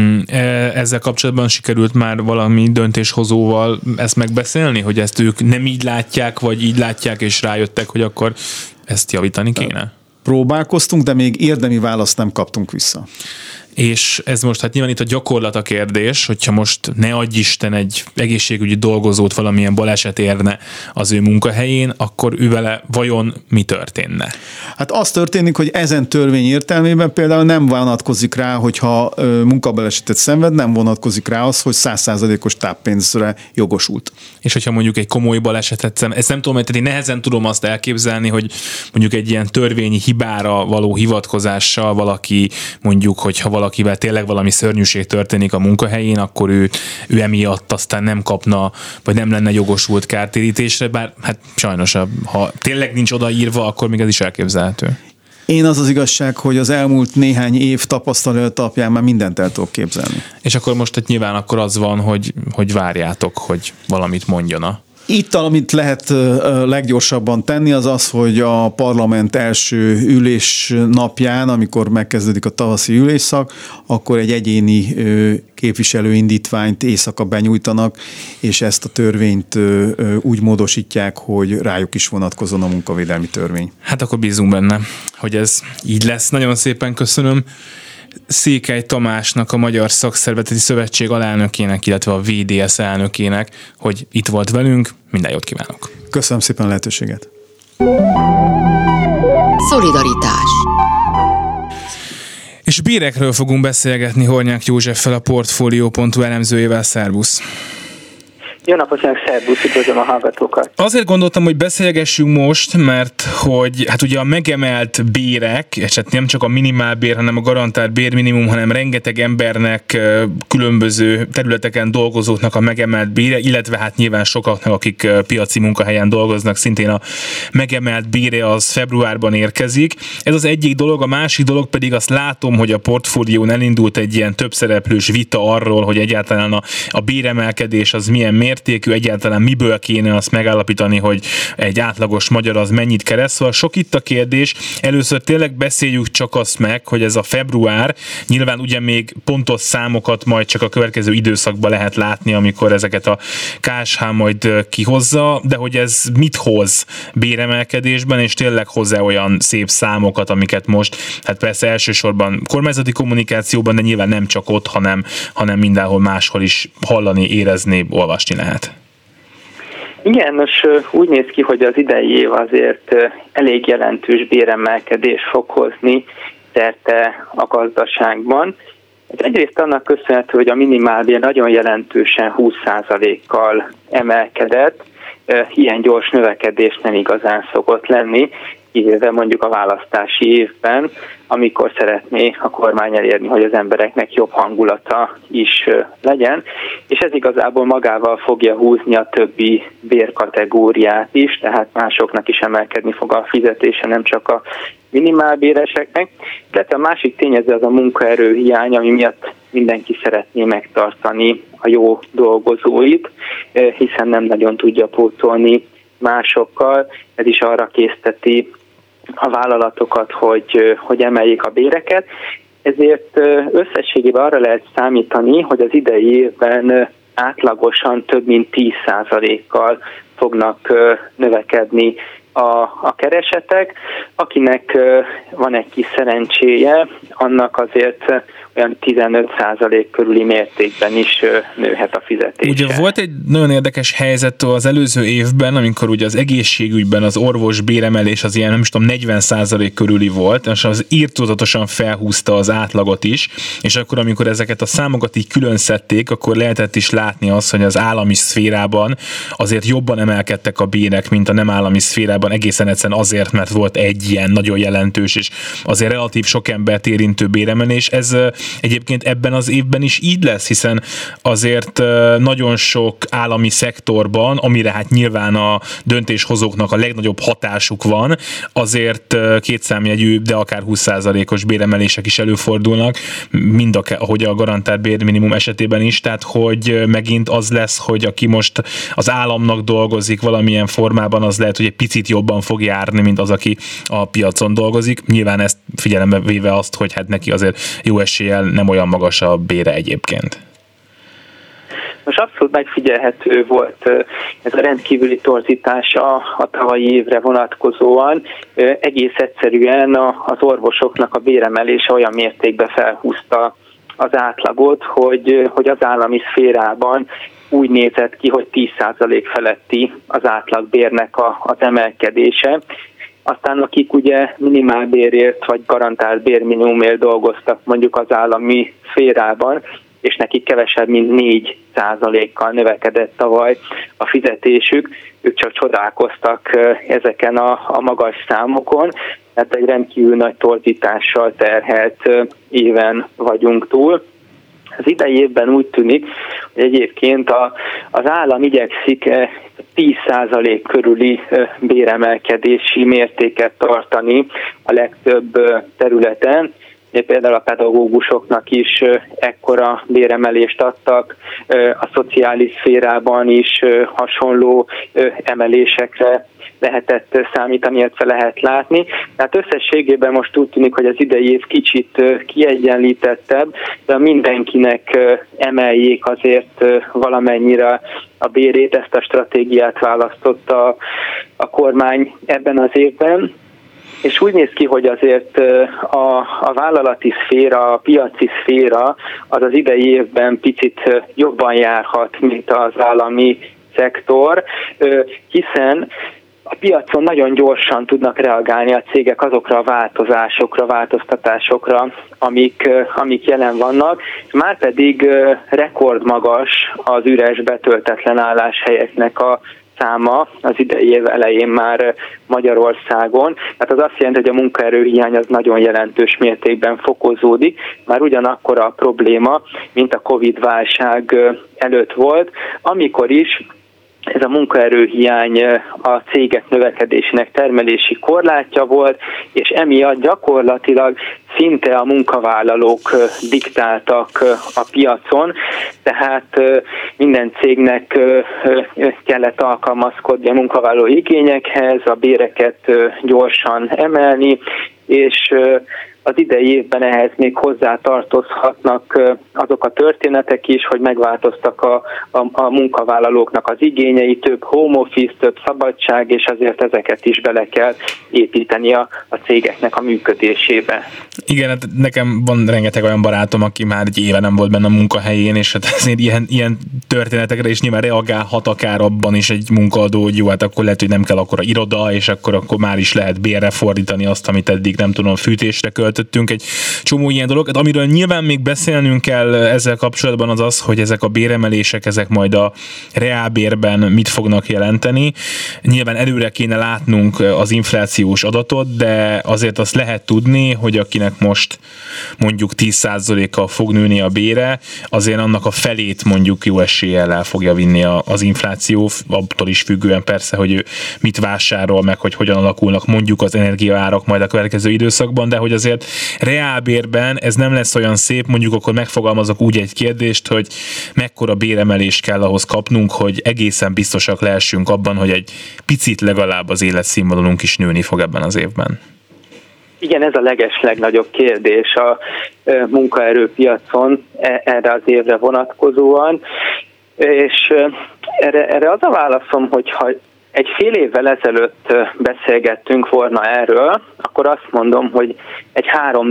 Ezzel kapcsolatban sikerült már valami döntéshozóval ezt megbeszélni, hogy ezt ők nem így látják, vagy így látják, és rájöttek, hogy akkor ezt javítani kéne? Próbálkoztunk, de még érdemi választ nem kaptunk vissza. És ez most hát nyilván itt a gyakorlat a kérdés, hogyha most ne adj Isten egy egészségügyi dolgozót valamilyen baleset érne az ő munkahelyén, akkor ő vele vajon mi történne? Hát az történik, hogy ezen törvény értelmében például nem vonatkozik rá, hogyha munkabalesetet szenved, nem vonatkozik rá az, hogy 100%-os táppénzre jogosult. És hogyha mondjuk egy komoly balesetet ezt nem tudom, mert én nehezen tudom azt elképzelni, hogy mondjuk egy ilyen törvényi hibára való hivatkozással valaki mondjuk, hogyha valakivel tényleg valami szörnyűség történik a munkahelyén, akkor ő emiatt aztán nem kapna, vagy nem lenne jogosult kártérítésre, bár hát sajnos, ha tényleg nincs odaírva, akkor még ez is elképzelhető. Én az igazság, hogy az elmúlt néhány év tapasztalat alapján már mindent el tudok képzelni. És akkor most nyilván akkor az van, hogy várjátok, hogy valamit mondjon Itt, amit lehet leggyorsabban tenni, az az, hogy a parlament első ülés napján, amikor megkezdődik a tavaszi ülésszak, akkor egy egyéni képviselőindítványt éjszaka benyújtanak, és ezt a törvényt úgy módosítják, hogy rájuk is vonatkozon a munkavédelmi törvény. Hát akkor bízunk benne, hogy ez így lesz. Nagyon szépen köszönöm Székely Tamásnak, a Magyar Szakszervezeti Szövetség alelnökének, illetve a VDS elnökének, hogy itt volt velünk. Minden jót kívánok! Köszönöm szépen a lehetőséget! Szolidaritás. És bérekről fogunk beszélgetni Hornyák Józseffel, a Portfolio.hu elemzőjével. Szervusz! Jó napot, szervusz, üdvözlöm a hallgatókat. Azért gondoltam, hogy beszélgessünk most, mert hogy hát ugye a megemelt bérek, és hát nem csak a minimálbér, hanem a garantált bérminimum, hanem rengeteg embernek, különböző területeken dolgozóknak a megemelt bére, illetve hát nyilván sokaknak, akik piaci munkahelyen dolgoznak, szintén a megemelt bére az februárban érkezik. Ez az egyik dolog, a másik dolog pedig azt látom, hogy a Portfólión elindult egy ilyen többszereplős vita arról, hogy egyáltalán a béremelkedés az milyen mértékű, egyáltalán miből kéne azt megállapítani, hogy egy átlagos magyar az mennyit keres. Szóval sok itt a kérdés. Először tényleg beszéljük csak azt meg, hogy ez a február, nyilván ugye még pontos számokat majd csak a következő időszakban lehet látni, amikor ezeket a KSH majd kihozza, de hogy ez mit hoz béremelkedésben, és tényleg hozzá olyan szép számokat, amiket most, hát persze elsősorban kormányzati kommunikációban, de nyilván nem csak ott, hanem mindenhol máshol is hallani, érezni, olvasni lehet. Igen, most úgy néz ki, hogy az idei év azért elég jelentős béremelkedést fog hozni szerte a gazdaságban. Ez egyrészt annak köszönhető, hogy a minimálbér nagyon jelentősen 20%-kal emelkedett, ilyen gyors növekedés nem igazán szokott lenni, illetve mondjuk a választási évben, amikor szeretné a kormány elérni, hogy az embereknek jobb hangulata is legyen, és ez igazából magával fogja húzni a többi bérkategóriát is, tehát másoknak is emelkedni fog a fizetése, nem csak a minimálbéreseknek. Tehát a másik tényező az a munkaerőhiány, ami miatt mindenki szeretné megtartani a jó dolgozóit, hiszen nem nagyon tudja pótolni másokkal. Ez is arra készteti a vállalatokat, hogy emeljék a béreket. Ezért összességében arra lehet számítani, hogy az idei évben átlagosan több mint 10%-kal fognak növekedni a keresetek. Akinek van egy kis szerencséje, annak azért olyan 15% körüli mértékben is nőhet a fizetése. Ugye volt egy nagyon érdekes helyzet az előző évben, amikor ugye az egészségügyben az orvos béremelés az ilyen, nem is tudom, 40% körüli volt, és az irtózatosan felhúzta az átlagot is, és akkor amikor ezeket a számokat így külön szedték, akkor lehetett is látni azt, hogy az állami szférában azért jobban emelkedtek a bérek, mint a nem állami szférában, egészen egyszerűen azért, mert volt egy ilyen nagyon jelentős, és azért relatív sok embert érintő béremelés. Ez egyébként ebben az évben is így lesz, hiszen azért nagyon sok állami szektorban, amire hát nyilván a döntéshozóknak a legnagyobb hatásuk van, azért kétszámjegyű, de akár 20%-os béremelések is előfordulnak, ahogy a garantált bérminimum esetében is, tehát hogy megint az lesz, hogy aki most az államnak dolgozik valamilyen formában, az lehet, hogy egy picit jobban fog járni, mint az, aki a piacon dolgozik. Nyilván ezt figyelembe véve azt, hogy hát neki azért jó eséllyel nem olyan magas a bére egyébként. Most abszolút megfigyelhető volt ez a rendkívüli torzítás a tavalyi évre vonatkozóan. Egész egyszerűen az orvosoknak a béremelése olyan mértékben felhúzta az átlagot, hogy az állami szférában úgy nézett ki, hogy 10% feletti az átlagbérnek az emelkedése. Aztán akik ugye minimálbérért vagy garantált bérminimumért dolgoztak mondjuk az állami szférában, és nekik kevesebb mint 4%-kal növekedett tavaly a fizetésük, ők csak csodálkoztak ezeken a magas számokon, tehát egy rendkívül nagy torzítással terhelt éven vagyunk túl. Az idei évben úgy tűnik, hogy egyébként az állam igyekszik 10% körüli béremelkedési mértéket tartani a legtöbb területen. Például a pedagógusoknak is ekkora béremelést adtak, a szociális szférában is hasonló emelésekre lehetett számítani, illetve lehet látni. Tehát összességében most úgy tűnik, hogy az idei év kicsit kiegyenlítettebb, de mindenkinek emeljék azért valamennyire a bérét, ezt a stratégiát választotta a kormány ebben az évben. És úgy néz ki, hogy azért a vállalati szféra, a piaci szféra az idei évben picit jobban járhat, mint az állami szektor, hiszen a piacon nagyon gyorsan tudnak reagálni a cégek azokra a változásokra, változtatásokra, amik jelen vannak. Márpedig rekordmagas az üres betöltetlen álláshelyeknek a száma az idei év elején már Magyarországon. Tehát az azt jelenti, hogy a munkaerőhiány az nagyon jelentős mértékben fokozódik. Már ugyanakkor a probléma, mint a Covid-válság előtt volt, amikor is ez a munkaerőhiány a cégek növekedésének termelési korlátja volt, és emiatt gyakorlatilag szinte a munkavállalók diktáltak a piacon, tehát minden cégnek kellett alkalmazkodni a munkavállaló igényekhez, a béreket gyorsan emelni, és az idei évben ehhez még hozzá tartozhatnak azok a történetek is, hogy megváltoztak a munkavállalóknak az igényei, több home office, több szabadság, és azért ezeket is bele kell építeni a cégeknek a működésébe. Igen, hát nekem van rengeteg olyan barátom, aki már egy éve nem volt benne a munkahelyén, és hát ezért ilyen történetekre is nyilván reagálhat akár abban is egy munkaadó, hogy jó, hát akkor lehet, hogy nem kell akkora iroda, és akkor már is lehet bérre fordítani azt, amit eddig nem tudom, fűtésre költöttünk, egy csomó ilyen dolog. Amiről nyilván még beszélnünk kell ezzel kapcsolatban az, hogy ezek a béremelések, ezek majd a reálbérben mit fognak jelenteni. Nyilván előre kéne látnunk az inflációs adatot, de azért azt lehet tudni, hogy akinek most mondjuk 10%-kal fog nőni a bére, azért annak a felét mondjuk jó eséllyel el fogja vinni az infláció, attól is függően persze, hogy ő mit vásárol, meg hogy hogyan alakulnak mondjuk az energiaárak majd a következő időszakban, de hogy azért reálbérben ez nem lesz olyan szép, mondjuk akkor megfogalmazok úgy egy kérdést, hogy mekkora béremelést kell ahhoz kapnunk, hogy egészen biztosak lehessünk abban, hogy egy picit legalább az életszínvonalunk is nőni fog ebben az évben. Igen, ez a legnagyobb kérdés a munkaerőpiacon erre az évre vonatkozóan, és erre az a válaszom, hogyha egy fél évvel ezelőtt beszélgettünk volna erről, akkor azt mondom, hogy egy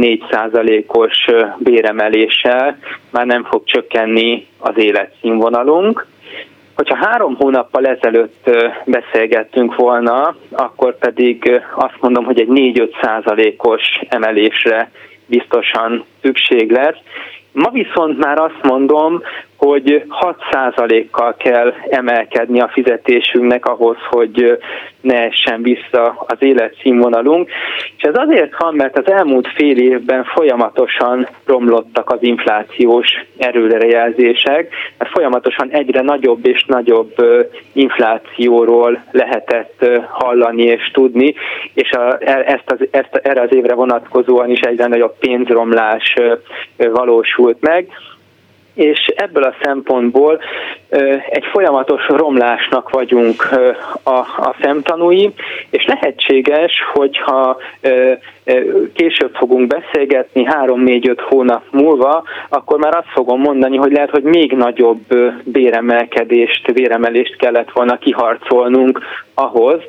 3-4%-os béremeléssel már nem fog csökkenni az életszínvonalunk. Hogyha 3 hónappal ezelőtt beszélgettünk volna, akkor pedig azt mondom, hogy egy 4-5%-os emelésre biztosan szükség lesz. Ma viszont már azt mondom, hogy 6%-kal kell emelkedni a fizetésünknek ahhoz, hogy ne essen vissza az életszínvonalunk. És ez azért van, mert az elmúlt fél évben folyamatosan romlottak az inflációs erőrejelzések, mert folyamatosan egyre nagyobb és nagyobb inflációról lehetett hallani és tudni, és erre az évre vonatkozóan is egyre nagyobb pénzromlás valósult meg. És ebből a szempontból egy folyamatos romlásnak vagyunk a szemtanúi, és lehetséges, hogyha később fogunk beszélgetni 3-4-5 hónap múlva, akkor már azt fogom mondani, hogy lehet, hogy még nagyobb béremelést kellett volna kiharcolnunk ahhoz,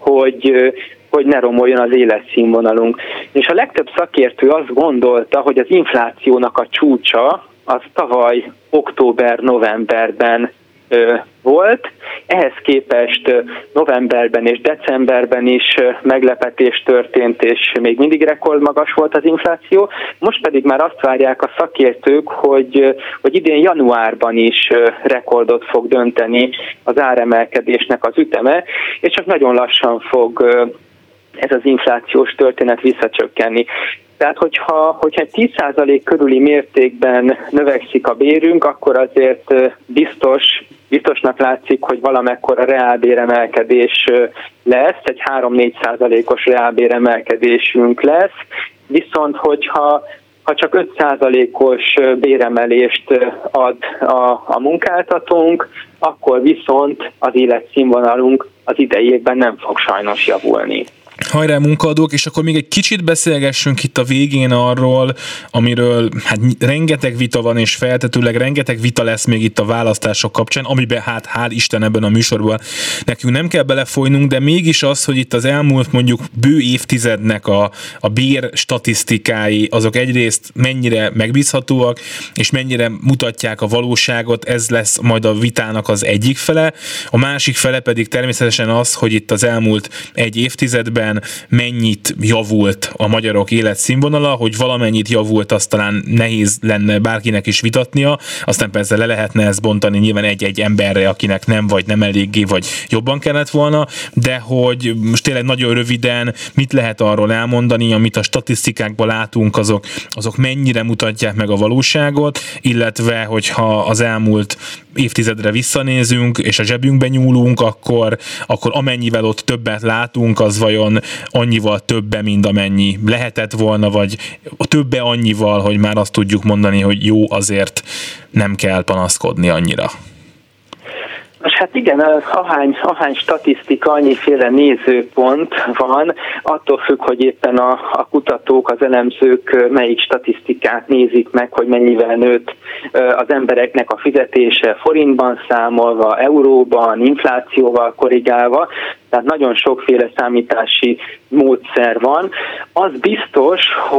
hogy ne romoljon az életszínvonalunk. És a legtöbb szakértő azt gondolta, hogy az inflációnak a csúcsa az tavaly október-novemberben volt. Ehhez képest novemberben és decemberben is meglepetés történt, és még mindig rekordmagas volt az infláció. Most pedig már azt várják a szakértők, hogy idén januárban is rekordot fog dönteni az áremelkedésnek az üteme, és csak nagyon lassan fog ez az inflációs történet visszacsökkenni. Tehát, hogyha 10% körüli mértékben növekszik a bérünk, akkor azért biztosnak látszik, hogy valamekkora reálbéremelkedés lesz, egy 3-4%-os reálbéremelkedésünk lesz, viszont hogyha csak 5%-os béremelést ad a munkáltatónk, akkor viszont az életszínvonalunk az idei évben nem fog sajnos javulni. Hajrá munkaadók, és akkor még egy kicsit beszélgessünk itt a végén arról, amiről hát rengeteg vita van, és feltetőleg rengeteg vita lesz még itt a választások kapcsán, amiben hát hál' Isten ebben a műsorban nekünk nem kell belefolynunk, de mégis az, hogy itt az elmúlt mondjuk bő évtizednek a bér statisztikái, azok egyrészt mennyire megbízhatóak, és mennyire mutatják a valóságot, ez lesz majd a vitának az egyik fele, a másik fele pedig természetesen az, hogy itt az elmúlt egy évtizedben röviden mennyit javult a magyarok életszínvonala, hogy valamennyit javult, azt talán nehéz lenne bárkinek is vitatnia, aztán persze le lehetne ezt bontani nyilván egy-egy emberre, akinek nem vagy nem eléggé, vagy jobban kellett volna, de hogy most tényleg nagyon röviden mit lehet arról elmondani, amit a statisztikákban látunk, azok mennyire mutatják meg a valóságot, illetve hogyha az elmúlt évtizedre visszanézünk, és a zsebünkbe nyúlunk, akkor amennyivel ott többet látunk, az vajon annyival többe, mint amennyi lehetett volna, vagy többe annyival, hogy már azt tudjuk mondani, hogy jó, azért nem kell panaszkodni annyira. Most hát igen, ahány statisztika, annyiféle nézőpont van, attól függ, hogy éppen a kutatók, az elemzők melyik statisztikát nézik meg, hogy mennyivel nőtt az embereknek a fizetése forintban számolva, euróban, inflációval korrigálva, tehát nagyon sokféle számítási módszer van. Az biztos,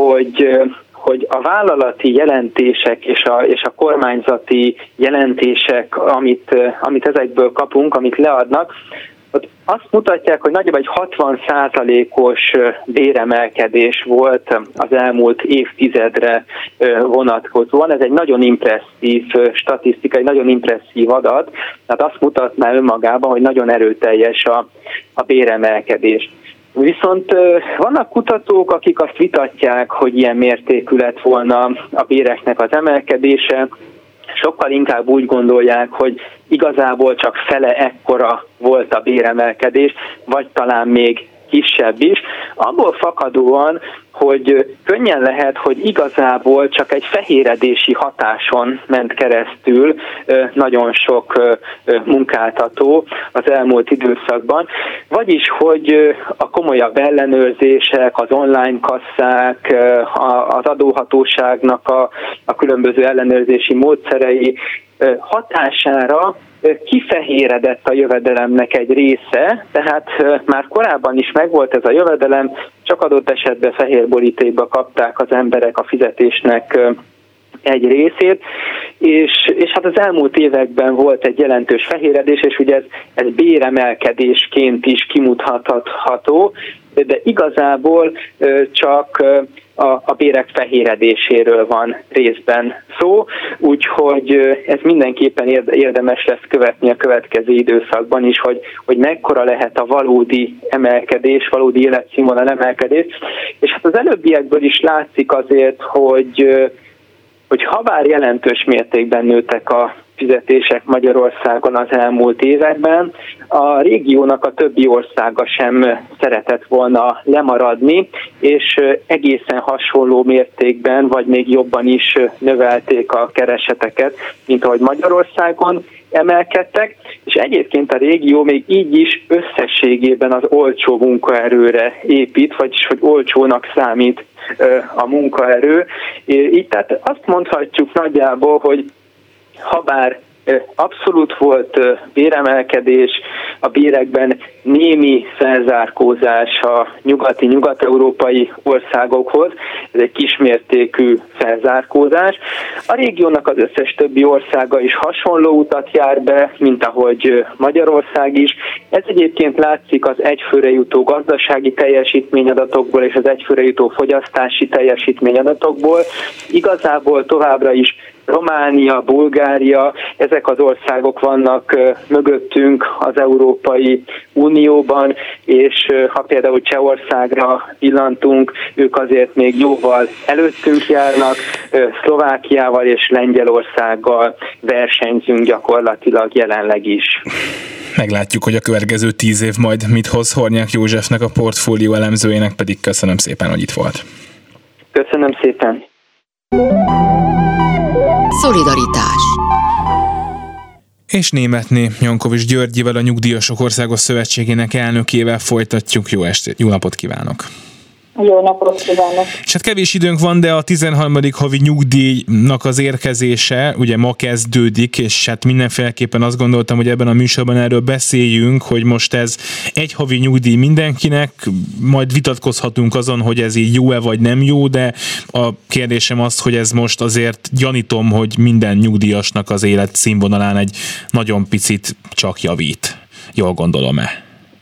hogy a vállalati jelentések és a kormányzati jelentések, amit ezekből kapunk, amit leadnak, azt mutatják, hogy nagyjából egy 60%-os béremelkedés volt az elmúlt évtizedre vonatkozóan. Ez egy nagyon impresszív statisztika, egy nagyon impresszív adat, tehát azt mutatná önmagában, hogy nagyon erőteljes a béremelkedés. Viszont vannak kutatók, akik azt vitatják, hogy ilyen mértékű lett volna a béreknek az emelkedése, sokkal inkább úgy gondolják, hogy igazából csak fele ekkora volt a béremelkedés, vagy talán még kisebb is, abból fakadóan, hogy könnyen lehet, hogy igazából csak egy fehéredési hatáson ment keresztül nagyon sok munkáltató az elmúlt időszakban, vagyis, hogy a komolyabb ellenőrzések, az online kasszák, az adóhatóságnak a különböző ellenőrzési módszerei hatására kifehéredett a jövedelemnek egy része, tehát már korábban is megvolt ez a jövedelem, csak adott esetben fehér borítékba kapták az emberek a fizetésnek egy részét, és hát az elmúlt években volt egy jelentős fehéredés, és ugye ez béremelkedésként is kimutatható, de igazából csak a bérek fehéredéséről van részben szó, úgyhogy ez mindenképpen érdemes lesz követni a következő időszakban is, hogy mekkora lehet a valódi emelkedés, valódi életszínvonal emelkedés. És hát az előbbiekből is látszik azért, hogy habár jelentős mértékben nőttek a fizetések Magyarországon az elmúlt években, a régiónak a többi országa sem szeretett volna lemaradni, és egészen hasonló mértékben, vagy még jobban is növelték a kereseteket, mint ahogy Magyarországon emelkedtek, és egyébként a régió még így is összességében az olcsó munkaerőre épít, vagyis hogy olcsónak számít a munkaerő. Így tehát azt mondhatjuk nagyjából, hogy habár abszolút volt béremelkedés, a bérekben némi felzárkózás a nyugat-európai országokhoz, ez egy kismértékű felzárkózás. A régiónak az összes többi országa is hasonló utat jár be, mint ahogy Magyarország is. Ez egyébként látszik az egyfőre jutó gazdasági teljesítményadatokból és az egyfőre jutó fogyasztási teljesítményadatokból. Igazából továbbra is Románia, Bulgária, ezek az országok vannak mögöttünk az Európai Unióban, és ha például Csehországra pillantunk, ők azért még jóval előttünk járnak, Szlovákiával és Lengyelországgal versenyzünk gyakorlatilag jelenleg is. Meglátjuk, hogy a következő 10 év majd mit hoz. Hornyák Józsefnek, a portfólió elemzőjének pedig köszönöm szépen, hogy itt volt. Köszönöm szépen. Szolidaritás. És Németné Jankovics Györgyivel, a Nyugdíjasok Országos Szövetségének elnökével folytatjuk. Jó estét, jó napot kívánok! Jó napot kívánok! És hát kevés időnk van, de a 13. havi nyugdíjnak az érkezése ugye ma kezdődik, és hát mindenféleképpen azt gondoltam, hogy ebben a műsorban erről beszéljünk, hogy most ez egy havi nyugdíj mindenkinek, majd vitatkozhatunk azon, hogy ez így jó-e vagy nem jó, de a kérdésem az, hogy ez most azért gyanítom, hogy minden nyugdíjasnak az élet színvonalán egy nagyon picit csak javít. Jól gondolom-e?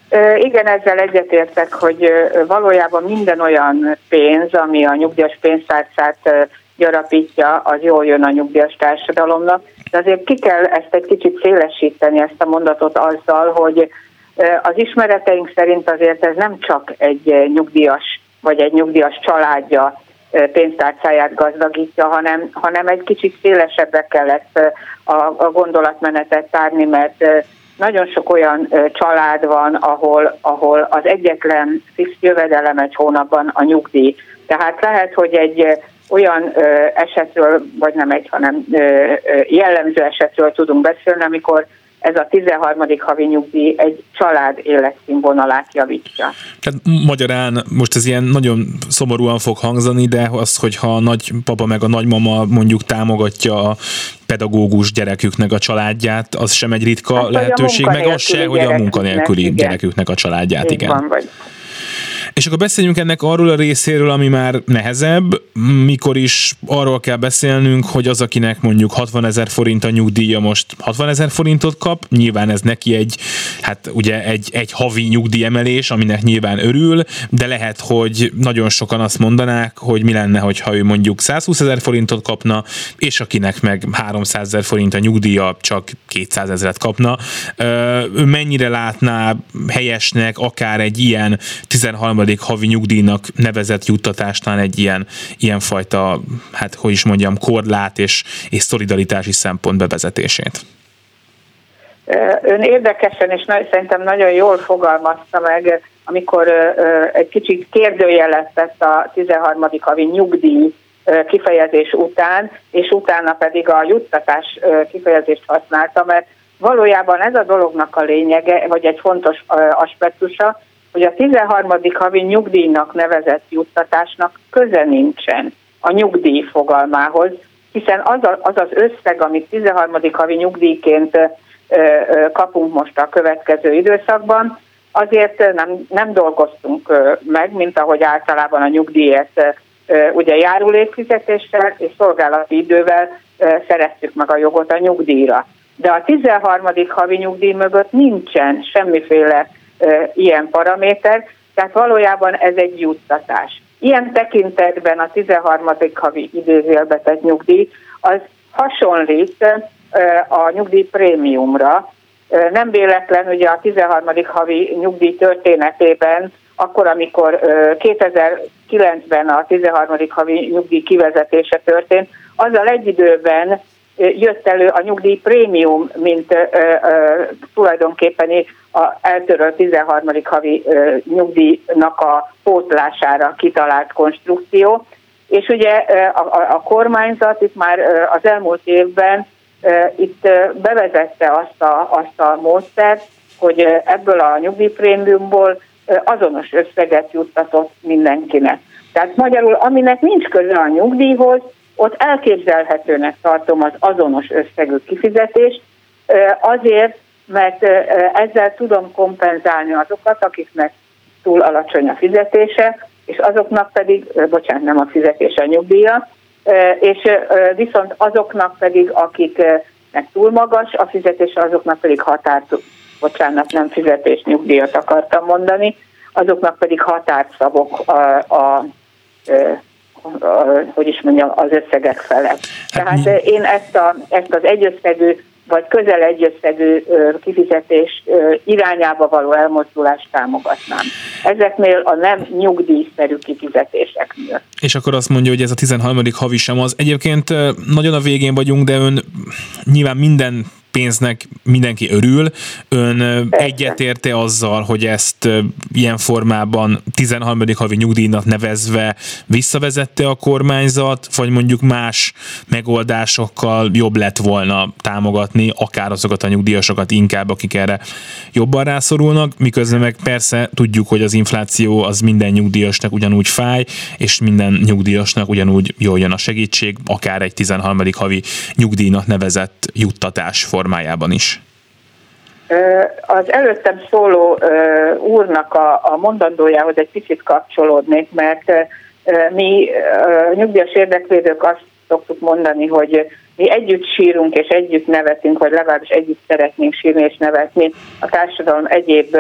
Igen, ezzel egyetértek, hogy valójában minden olyan pénz, ami a nyugdíjas pénztárcát gyarapítja, az jól jön a nyugdíjas társadalomnak. De azért ki kell ezt egy kicsit szélesíteni, ezt a mondatot azzal, hogy az ismereteink szerint azért ez nem csak egy nyugdíjas vagy egy nyugdíjas családja pénztárcáját gazdagítja, hanem egy kicsit szélesebbre kell ezt a gondolatmenetet tárni, mert nagyon sok olyan család van, ahol az egyetlen fix jövedelem egy hónapban a nyugdíj. Tehát lehet, hogy egy olyan esetről, vagy nem egy, hanem jellemző esetről tudunk beszélni, amikor ez a 13. havi nyugdíj egy család életszínvonalát javítja. Tehát magyarán most ez ilyen nagyon szomorúan fog hangzani, de az, hogyha a nagypapa meg a nagymama mondjuk támogatja a pedagógus gyereküknek a családját, az sem egy ritka lehetőség, meg az se, hogy a munkanélküli gyereküknek a családját, igen. Van, vagy. És akkor beszéljünk ennek arról a részéről, ami már nehezebb, mikor is arról kell beszélnünk, hogy az, akinek mondjuk 60 000 forint a nyugdíja, most 60 000 forintot kap, nyilván ez neki egy havi nyugdíjemelés, aminek nyilván örül, de lehet, hogy nagyon sokan azt mondanák, hogy mi lenne, hogyha ő mondjuk 120 000 forintot kapna, és akinek meg 300 000 forint a nyugdíja, csak 200 000 kapna. Ő mennyire látná helyesnek akár egy ilyen 13. havi nyugdíjnak nevezett juttatásnál egy ilyenfajta, korlát és szolidaritási szempont bevezetését? Ön érdekesen és szerintem nagyon jól fogalmazta meg, amikor egy kicsit kérdőjelezett a 13. havi nyugdíj kifejezés után, és utána pedig a juttatás kifejezést használta, mert valójában ez a dolognak a lényege, vagy egy fontos aspektusa, hogy a 13. havi nyugdíjnak nevezett juttatásnak köze nincsen a nyugdíj fogalmához, hiszen az az összeg, amit 13. havi nyugdíjként kapunk most a következő időszakban, azért nem dolgoztunk meg, mint ahogy általában a nyugdíjat ugye járulékfizetéssel és szolgálati idővel szereztük meg a jogot a nyugdíjra. De a 13. havi nyugdíj mögött nincsen semmiféle ilyen paraméter, tehát valójában ez egy juttatás. Ilyen tekintetben a 13. havi idézőjelbe tett nyugdíj az hasonlít a nyugdíj prémiumra. Nem véletlen, ugye a 13. havi nyugdíj történetében, akkor, amikor 2009-ben a 13. havi nyugdíj kivezetése történt, azzal egy időben jött elő a nyugdíj prémium, mint tulajdonképpen a eltörölt 13. havi nyugdíjnak a pótlására kitalált konstrukció. És ugye a kormányzat itt már az elmúlt évben itt bevezette azt a módszert, hogy ebből a nyugdíjprémiumból azonos összeget juttatott mindenkinek. Tehát magyarul, aminek nincs köze a nyugdíjhoz, ott elképzelhetőnek tartom az azonos összegű kifizetést, azért, mert ezzel tudom kompenzálni azokat, akiknek túl alacsony a fizetése, és azoknak pedig, nem a fizetése, a nyugdíja, és viszont azoknak pedig, akiknek túl magas a fizetése, azoknak pedig nem fizetés, nyugdíjat akartam mondani, azoknak pedig határt szabok az összegek felett. Tehát én ezt az egyösszegű, vagy közel egyösszegű kifizetés irányába való elmozdulást támogatnám. Ezeknél a nem nyugdíjszerű kifizetéseknél. És akkor azt mondja, hogy ez a 13. havi sem az. Egyébként nagyon a végén vagyunk, de ön nyilván minden pénznek mindenki örül. Ön egyetérte azzal, hogy ezt ilyen formában 13. havi nyugdíjnak nevezve visszavezette a kormányzat, vagy mondjuk más megoldásokkal jobb lett volna támogatni akár azokat a nyugdíjasokat inkább, akik erre jobban rászorulnak, miközben meg persze tudjuk, hogy az infláció az minden nyugdíjasnak ugyanúgy fáj, és minden nyugdíjasnak ugyanúgy jól jön a segítség, akár egy 13. havi nyugdíjnak nevezett juttatás formájában is. Az előttem szóló úrnak a mondandójához egy kicsit kapcsolódnék, mert mi nyugdíjas érdekvédők azt szoktuk mondani, hogy mi együtt sírunk és együtt nevetünk, vagy legalábbis együtt szeretnénk sírni és nevetni a társadalom egyéb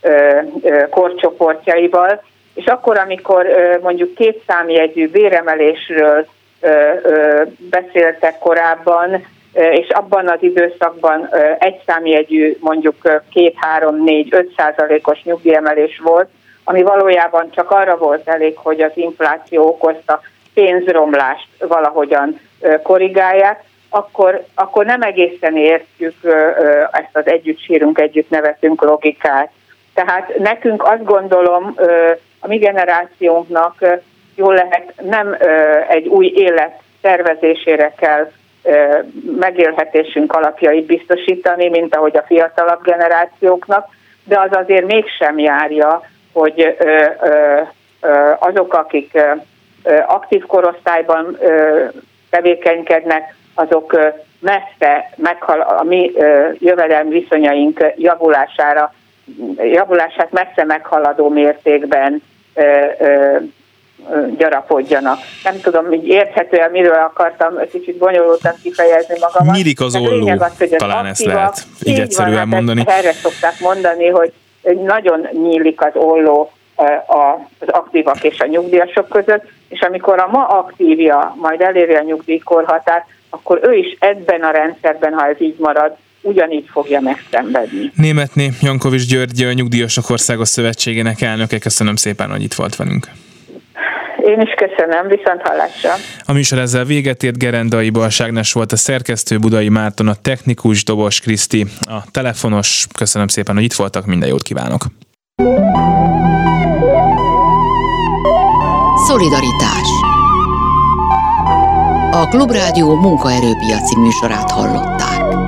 korcsoportjaival, és akkor, amikor mondjuk 2 számjegyű béremelésről beszéltek korábban, és abban az időszakban 1 számjegyű mondjuk 2-3-4-5% nyugdíjemelés volt, ami valójában csak arra volt elég, hogy az infláció okozta pénzromlást valahogyan korrigálják, akkor nem egészen értjük ezt az együtt sírunk, együtt nevetünk logikát. Tehát nekünk azt gondolom, a mi generációnknak jól lehet nem egy új élet szervezésére kell megélhetésünk alapjait biztosítani, mint ahogy a fiatalabb generációknak, de az azért mégsem járja, hogy azok, akik aktív korosztályban tevékenykednek, azok messze a mi jövedelmi viszonyaink javulását messze meghaladó mértékben gyarapodjanak. Nem tudom, így érthetően miről akartam kicsit bonyolultan kifejezni magamat. Nyílik az olló, talán ezt lehet így egyszerűen mondani. Erre szokták mondani, hogy nagyon nyílik az olló az aktívak és a nyugdíjasok között, és amikor a ma aktívja majd eléri a nyugdíjkorhatárt, akkor ő is ebben a rendszerben, ha ez így marad, ugyanígy fogja megszenvedni. Németné Jankovics György, a Nyugdíjasok Országos Szövetségének elnöke, köszönöm szépen, hogy itt volt velünk. Én is köszönöm, viszonthallásra. A műsor ezzel véget ért, Gerendai Balságnes volt a szerkesztő, Budai Márton a technikus, Dobos Kriszti a telefonos. Köszönöm szépen, hogy itt voltak, minden jót kívánok. Szolidaritás. A Klubrádió munkaerőpiaci műsorát hallották.